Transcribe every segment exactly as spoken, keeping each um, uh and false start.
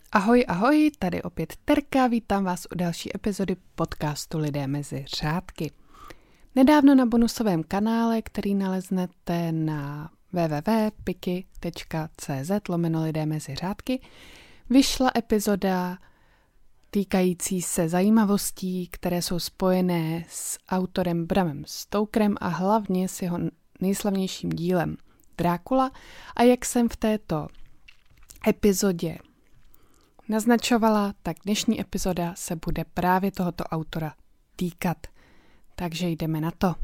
Ahoj, ahoj, tady opět Terka, vítám vás u další epizody podcastu Lidé mezi řádky. Nedávno na bonusovém kanále, který naleznete na w w w tečka piki tečka c z lomeno lidé mezi řádky, vyšla epizoda týkající se zajímavostí, které jsou spojené s autorem Bramem Stokerem a hlavně s jeho nejslavnějším dílem Drákula, a jak jsem v této epizodě naznačovala, tak dnešní epizoda se bude právě tohoto autora týkat. Takže jdeme na to.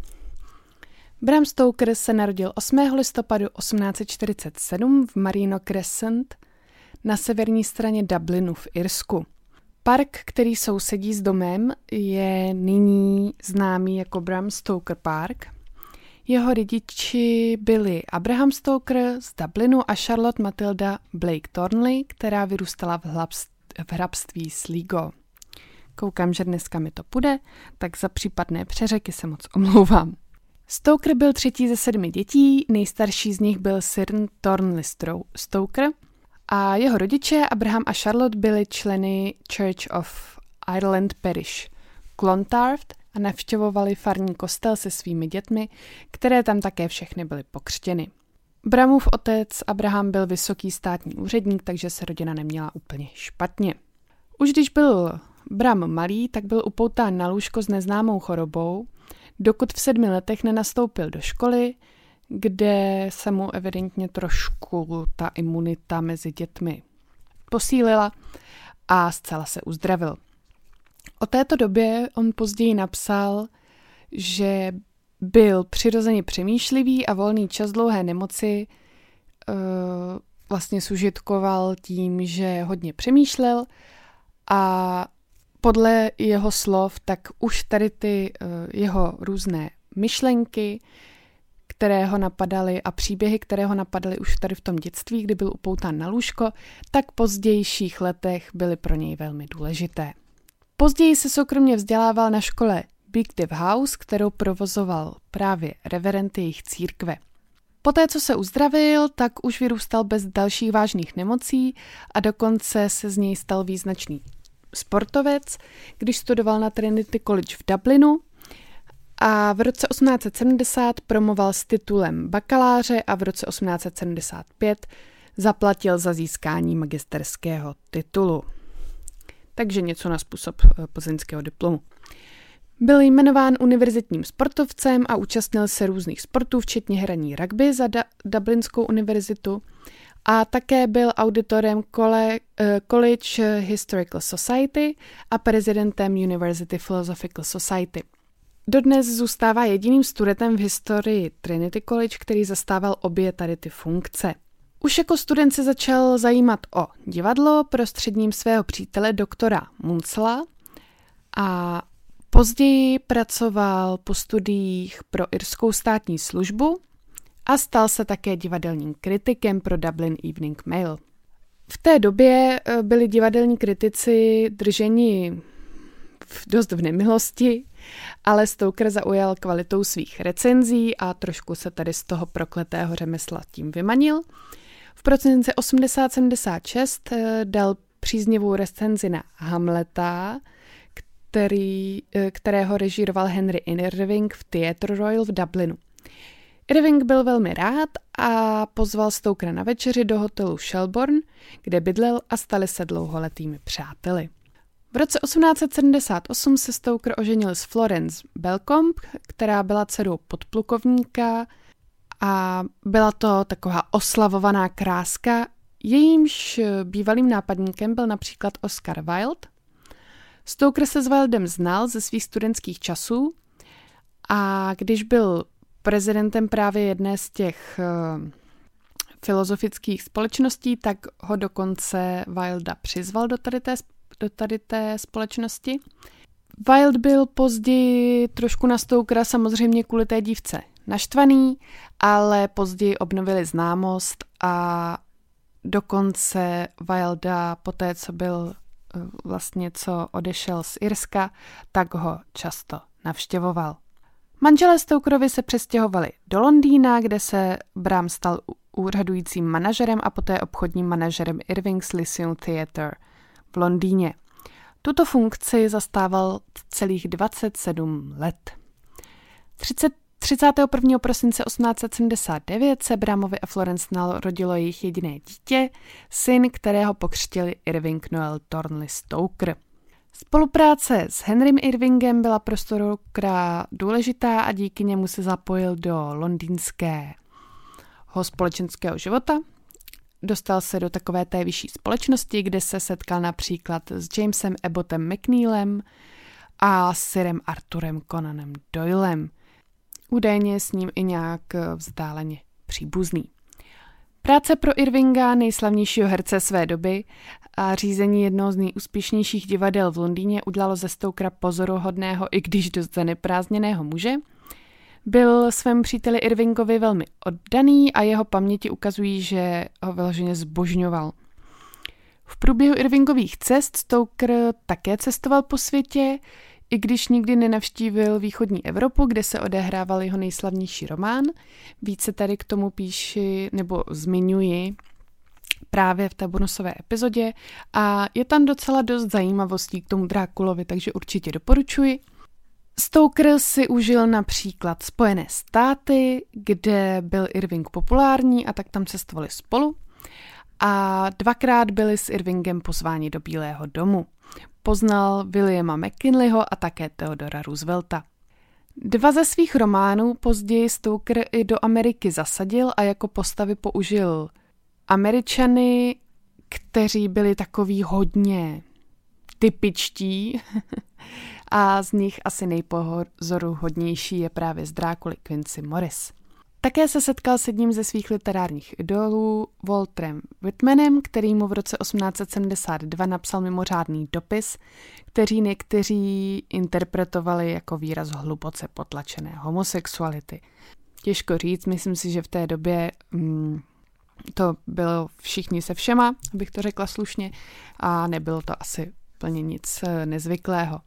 Bram Stoker se narodil osmého listopadu osmnáct set čtyřicet sedm v Marino Crescent na severní straně Dublinu v Irsku. Park, který sousedí s domem, je nyní známý jako Bram Stoker Park. Jeho rodiči byli Abraham Stoker z Dublinu a Charlotte Matilda Blake Thornley, která vyrůstala v, hlabst- v hrabství Sligo. Koukám, že dneska mi to půjde, tak za případné přeřeky se moc omlouvám. Stoker byl třetí ze sedmi dětí, nejstarší z nich byl sir Thornley Stoker a jeho rodiče Abraham a Charlotte byli členy Church of Ireland Parish Clontarf a navštěvovali farní kostel se svými dětmi, které tam také všechny byly pokřtěny. Bramův otec Abraham byl vysoký státní úředník, takže se rodina neměla úplně špatně. Už když byl Bram malý, tak byl upoután na lůžko s neznámou chorobou, dokud v sedmi letech nenastoupil do školy, kde se mu evidentně trošku ta imunita mezi dětmi posílila a zcela se uzdravil. O této době on později napsal, že byl přirozeně přemýšlivý a volný čas dlouhé nemoci uh, vlastně sužitkoval tím, že hodně přemýšlel a podle jeho slov, tak už tady ty uh, jeho různé myšlenky, které ho napadaly a příběhy, které ho napadaly už tady v tom dětství, kdy byl upoután na lůžko, tak v pozdějších letech byly pro něj velmi důležité. Později se soukromně vzdělával na škole Big Dev House, kterou provozoval právě reverend jejich církve. Poté, co se uzdravil, tak už vyrůstal bez dalších vážných nemocí a dokonce se z něj stal význačný sportovec, když studoval na Trinity College v Dublinu a v roce osmnáct set sedmdesát promoval s titulem bakaláře a v roce osmnáct set sedmdesát pět zaplatil za získání magisterského titulu. Takže něco na způsob plzeňského diplomu. Byl jmenován univerzitním sportovcem a účastnil se různých sportů, včetně hraní rugby za da- Dublinskou univerzitu a také byl auditorem Cole- College Historical Society a prezidentem University Philosophical Society. Dodnes zůstává jediným studentem v historii Trinity College, který zastával obě tady ty funkce. Už jako student se začal zajímat o divadlo prostředním svého přítele doktora Munsela a později pracoval po studiích pro irskou státní službu a stal se také divadelním kritikem pro Dublin Evening Mail. V té době byli divadelní kritici drženi dost v nemilosti, ale Stoker zaujal kvalitou svých recenzí a trošku se tady z toho prokletého řemesla tím vymanil. V prosinci osmdesát sedmdesát šest dal příznivou recenzi na Hamleta, který, kterého režíroval Henry Irving v Theatre Royal v Dublinu. Irving byl velmi rád a pozval Stokera na večeři do hotelu Shelbourne, kde bydlel a stali se dlouholetými přáteli. V roce osmnáct set sedmdesát osm se Stoker oženil s Florence Belcombe, která byla dcerou podplukovníka a byla to taková oslavovaná kráska. Jejímž bývalým nápadníkem byl například Oscar Wilde. Stoker se s Wildem znal ze svých studentských časů a když byl prezidentem právě jedné z těch uh, filozofických společností, tak ho dokonce Wilda přizval do tady té, do tady té společnosti. Wilde byl později trošku na Stokera samozřejmě kvůli té dívce naštvaný, ale později obnovili známost a dokonce Wilda poté, co byl vlastně co odešel z Irska, tak ho často navštěvoval. Manželé Stokerovi se přestěhovali do Londýna, kde se Bram stal úřadujícím manažerem a poté obchodním manažerem Irving's Lyceum Theatre v Londýně. Tuto funkci zastával celých dvacet sedm let. třicátého prvního prosince osmnáct set sedmdesát devět se Brahamovi a Florence narodilo jejich jediné dítě, syn, kterého pokřtili Irving Noel Thornley Stoker. Spolupráce s Henrym Irvingem byla prostorokrát důležitá a díky němu se zapojil do londýnského společenského života. Dostal se do takové té vyšší společnosti, kde se setkal například s Jamesem Abbottem McNeilem a Sirem Arthurem Conanem Doylem. Údajně s ním i nějak vzdáleně příbuzný. Práce pro Irvinga, nejslavnějšího herce své doby, a řízení jednoho z nejúspěšnějších divadel v Londýně udělalo ze Stokera pozoruhodného, i když dost zaneprázdněného muže. Byl svému příteli Irvingovi velmi oddaný a jeho paměti ukazují, že ho vyloženě zbožňoval. V průběhu Irvingových cest Stoker také cestoval po světě, i když nikdy nenavštívil východní Evropu, kde se odehrával jeho nejslavnější román. Více tady k tomu píši nebo zmiňuji právě v té bonusové epizodě a je tam docela dost zajímavostí k tomu Drákulovi, takže určitě doporučuji. Stoker si užil například Spojené státy, kde byl Irving populární a tak tam cestovali spolu. A dvakrát byli s Irvingem pozváni do Bílého domu. Poznal Williama McKinleyho a také Theodora Roosevelta. Dva ze svých románů později Stoker i do Ameriky zasadil a jako postavy použil Američany, kteří byli takový hodně typičtí a z nich asi nejpozoruhodnější je právě z Drákuly Quincy Morris. Také se setkal s jedním ze svých literárních idolů, Walterem Whitmanem, který mu v roce osmnáct set sedmdesát dva napsal mimořádný dopis, který někteří interpretovali jako výraz hluboce potlačené homosexuality. Těžko říct, myslím si, že v té době mm, to bylo všichni se všema, abych to řekla slušně, a nebylo to asi plně nic nezvyklého.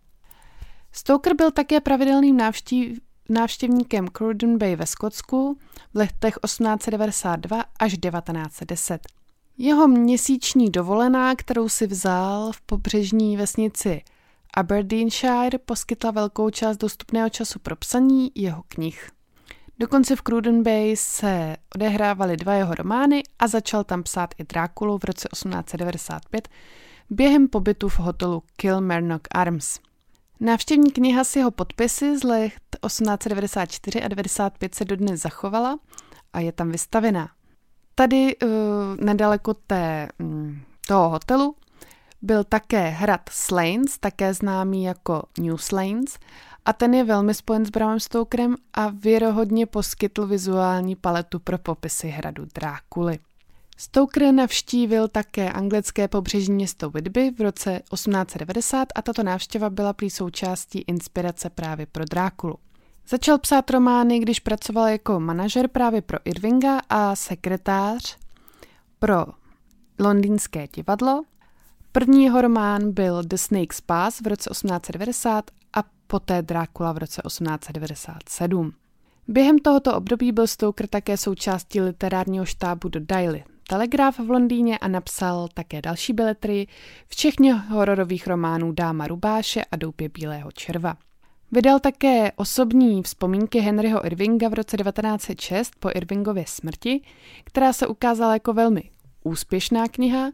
Stoker byl také pravidelným návštěv, návštěvníkem Cruden Bay ve Skotsku v letech osmnáct set devadesát dva až devatenáct set deset. Jeho měsíční dovolená, kterou si vzal v pobřežní vesnici Aberdeenshire, poskytla velkou část dostupného času pro psaní jeho knih. Dokonce v Cruden Bay se odehrávaly dva jeho romány a začal tam psát i Drákulu v roce osmnáct set devadesát pět během pobytu v hotelu Kilmarnock Arms. Návštěvní kniha s jeho podpisy z let osmnáct set devadesát čtyři a devadesát pět se dodnes zachovala a je tam vystavená. Tady uh, nedaleko té, um, toho hotelu byl také hrad Slains, také známý jako New Slains, a ten je velmi spojen s Bramem Stokerem a věrohodně poskytl vizuální paletu pro popisy hradu Drákuly. Stoker navštívil také anglické pobřežní město Whitby v roce osmnáct set devadesát a tato návštěva byla prý součástí inspirace právě pro Drákulu. Začal psát romány, když pracoval jako manažer právě pro Irvinga a sekretář pro londýnské divadlo. První jeho román byl The Snake's Pass v roce osmnáct set devadesát a poté Drákula v roce osmnáct set devadesát sedm. Během tohoto období byl Stoker také součástí literárního štábu do Daily Telegraph v Londýně a napsal také další beletry, včetně hororových románů Dáma rubáše a Doupě bílého červa. Vydal také osobní vzpomínky Henryho Irvinga v roce devatenáct set šest po Irvingově smrti, která se ukázala jako velmi úspěšná kniha,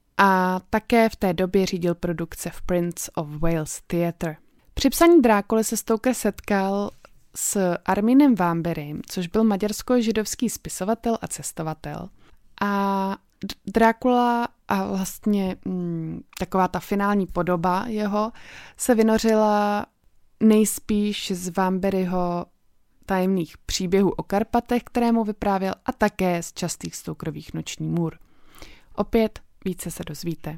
a také v té době řídil produkce v Prince of Wales Theatre. Při psaní Drákuly se Stoker setkal s Arminem Vámberym, což byl maďarsko-židovský spisovatel a cestovatel. A Drákula a vlastně mm, taková ta finální podoba jeho se vynořila nejspíš z Vámberyho tajemných příběhů o Karpatech, které mu vyprávěl, a také z častých Stokerových noční můr. Opět více se dozvíte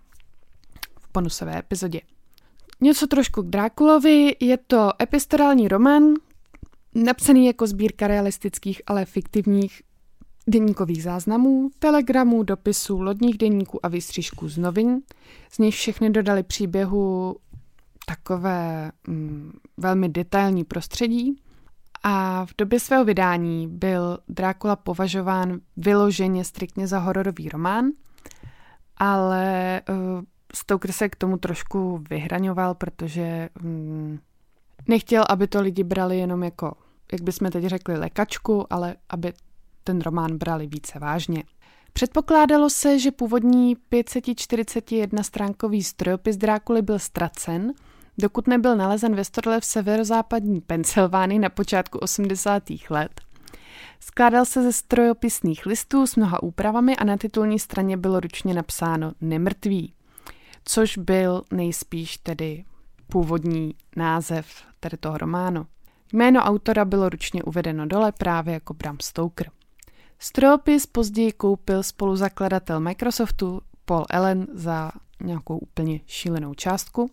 v bonusové epizodě. Něco trošku k Drákulovi, je to epistolální román, napsaný jako sbírka realistických, ale fiktivních deníkových záznamů, telegramů, dopisů, lodních deníků a výstřižků z novin. Z nich všechny dodali příběhu takové mm, velmi detailní prostředí. A v době svého vydání byl Drákula považován vyloženě striktně za hororový román, ale uh, Stoker se k tomu trošku vyhraňoval, protože hm, nechtěl, aby to lidi brali jenom jako, jak bychom teď řekli, lekačku, ale aby ten román brali více vážně. Předpokládalo se, že původní pět set čtyřicet jedna stránkový strojopis Drákuly byl ztracen, dokud nebyl nalezen ve stodole v severozápadní Pensylvánii na počátku osmdesátých let. Skládal se ze strojopisných listů s mnoha úpravami a na titulní straně bylo ručně napsáno Nemrtvý, což byl nejspíš tedy původní název tady toho románu. Jméno autora bylo ručně uvedeno dole právě jako Bram Stoker. Strojopis později koupil spoluzakladatel Microsoftu Paul Allen za nějakou úplně šílenou částku.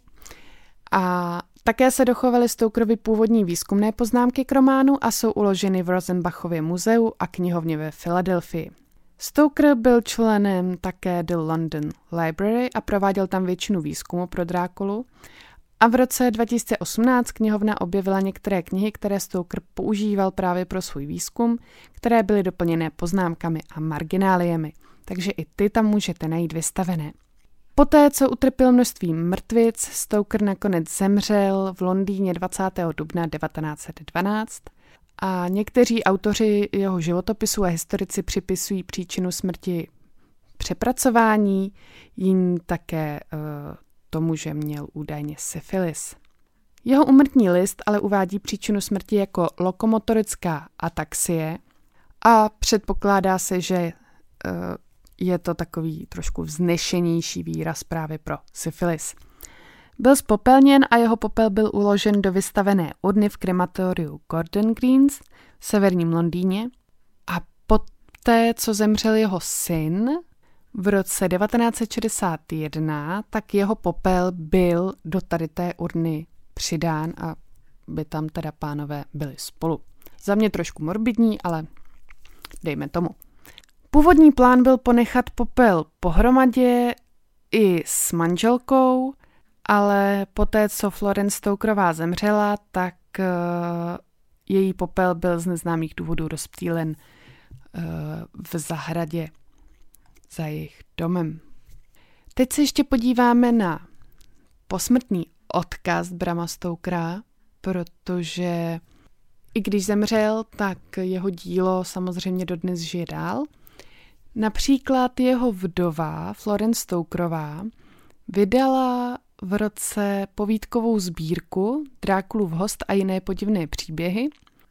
A také se dochovaly Stokerovy původní výzkumné poznámky k románu a jsou uloženy v Rosenbachově muzeu a knihovně ve Filadelfii. Stoker byl členem také The London Library a prováděl tam většinu výzkumu pro Drákulu. A v roce dva tisíce osmnáct knihovna objevila některé knihy, které Stoker používal právě pro svůj výzkum, které byly doplněné poznámkami a margináliemi, takže i ty tam můžete najít vystavené. Poté, co utrpěl množství mrtvic, Stoker nakonec zemřel v Londýně dvacátého dubna devatenáct set dvanáct a někteří autoři jeho životopisu a historici připisují příčinu smrti přepracování, jiní také uh, tomu, že měl údajně syfilis. Jeho úmrtní list ale uvádí příčinu smrti jako lokomotorická ataxie a předpokládá se, že uh, je to takový trošku vznešenější výraz právě pro syfilis. Byl spopelněn a jeho popel byl uložen do vystavené urny v krematoriu Gordon Greens v severním Londýně a poté, co zemřel jeho syn v roce devatenáct set šedesát jedna, tak jeho popel byl do tady té urny přidán a by tam teda pánové byli spolu. Za mě trošku morbidní, ale dejme tomu. Původní plán byl ponechat popel pohromadě i s manželkou, ale poté, co Florence Stokerová zemřela, tak uh, její popel byl z neznámých důvodů rozptýlen uh, v zahradě za jejich domem. Teď se ještě podíváme na posmrtný odkaz Brama Stokera, protože i když zemřel, tak jeho dílo samozřejmě dodnes žije dál. Například jeho vdova Florence Stokerová vydala v roce povídkovou sbírku Drákulův host a jiné podivné příběhy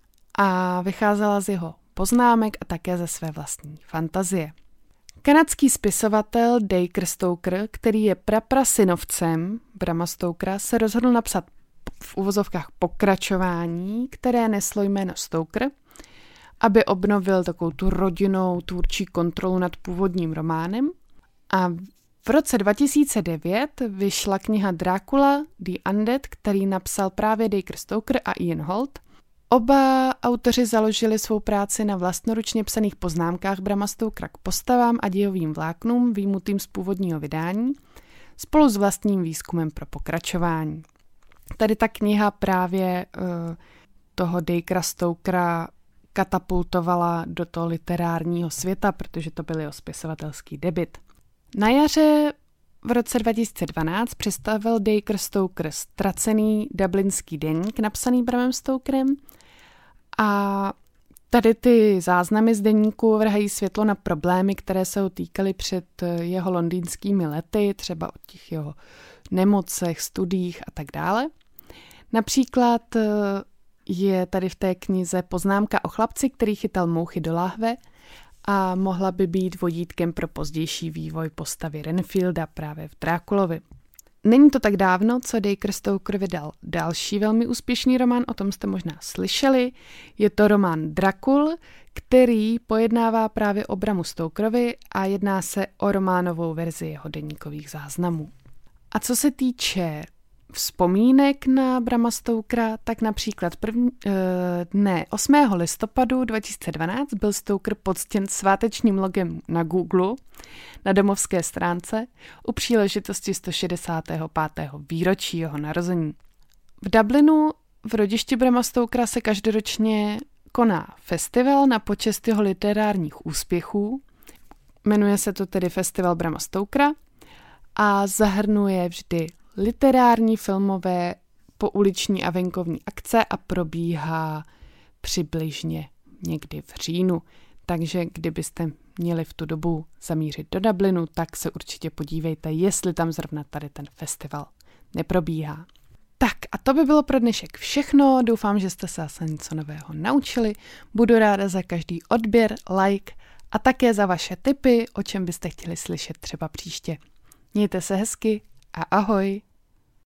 a vycházela z jeho poznámek a také ze své vlastní fantazie. Kanadský spisovatel Dacre Stoker, který je praprasynovcem Brama Stokera, se rozhodl napsat v uvozovkách pokračování, které neslo jméno Stoker, aby obnovil takovou tu rodinnou tvůrčí kontrolu nad původním románem. A v roce dva tisíce devět vyšla kniha Dracula The Undead, který napsal právě Dacre Stoker a Ian Holt. Oba autoři založili svou práci na vlastnoručně psaných poznámkách Brama Stokera k postavám a dějovým vláknům vyjmutým z původního vydání, spolu s vlastním výzkumem pro pokračování. Tady ta kniha právě uh, toho Dacra Stokera katapultovala do toho literárního světa, protože to byl jeho spisovatelský debut. Na jaře v roce dva tisíce dvanáct představil Dacre Stoker ztracený dublinský deník napsaný Bramem Stokerem a tady ty záznamy z deníku vrhají světlo na problémy, které se ho týkaly před jeho londýnskými lety, třeba o těch jeho nemocech, studiích a tak dále. Například je tady v té knize poznámka o chlapci, který chytal mouchy do láhve a mohla by být vodítkem pro pozdější vývoj postavy Renfielda právě v Drákulovi. Není to tak dávno, co Dacre Stoker vydal další velmi úspěšný román, o tom jste možná slyšeli. Je to román Drakul, který pojednává právě o Bramu Stokerovi a jedná se o románovou verzi jeho deníkových záznamů. A co se týče vzpomínek na Brama Stokera, tak například první, dne osmého listopadu dva tisíce dvanáct byl Stoker poctěn svátečním logem na Google na domovské stránce u příležitosti sto šedesátého pátého výročí jeho narození. V Dublinu v rodišti Brama Stokera se každoročně koná festival na počest jeho literárních úspěchů. Jmenuje se to tedy Festival Brama Stokera a zahrnuje vždy literární, filmové, pouliční a venkovní akce a probíhá přibližně někdy v říjnu. Takže kdybyste měli v tu dobu zamířit do Dublinu, tak se určitě podívejte, jestli tam zrovna tady ten festival neprobíhá. Tak a to by bylo pro dnešek všechno. Doufám, že jste se zase něco nového naučili. Budu ráda za každý odběr, like a také za vaše tipy, o čem byste chtěli slyšet třeba příště. Mějte se hezky a ahoj!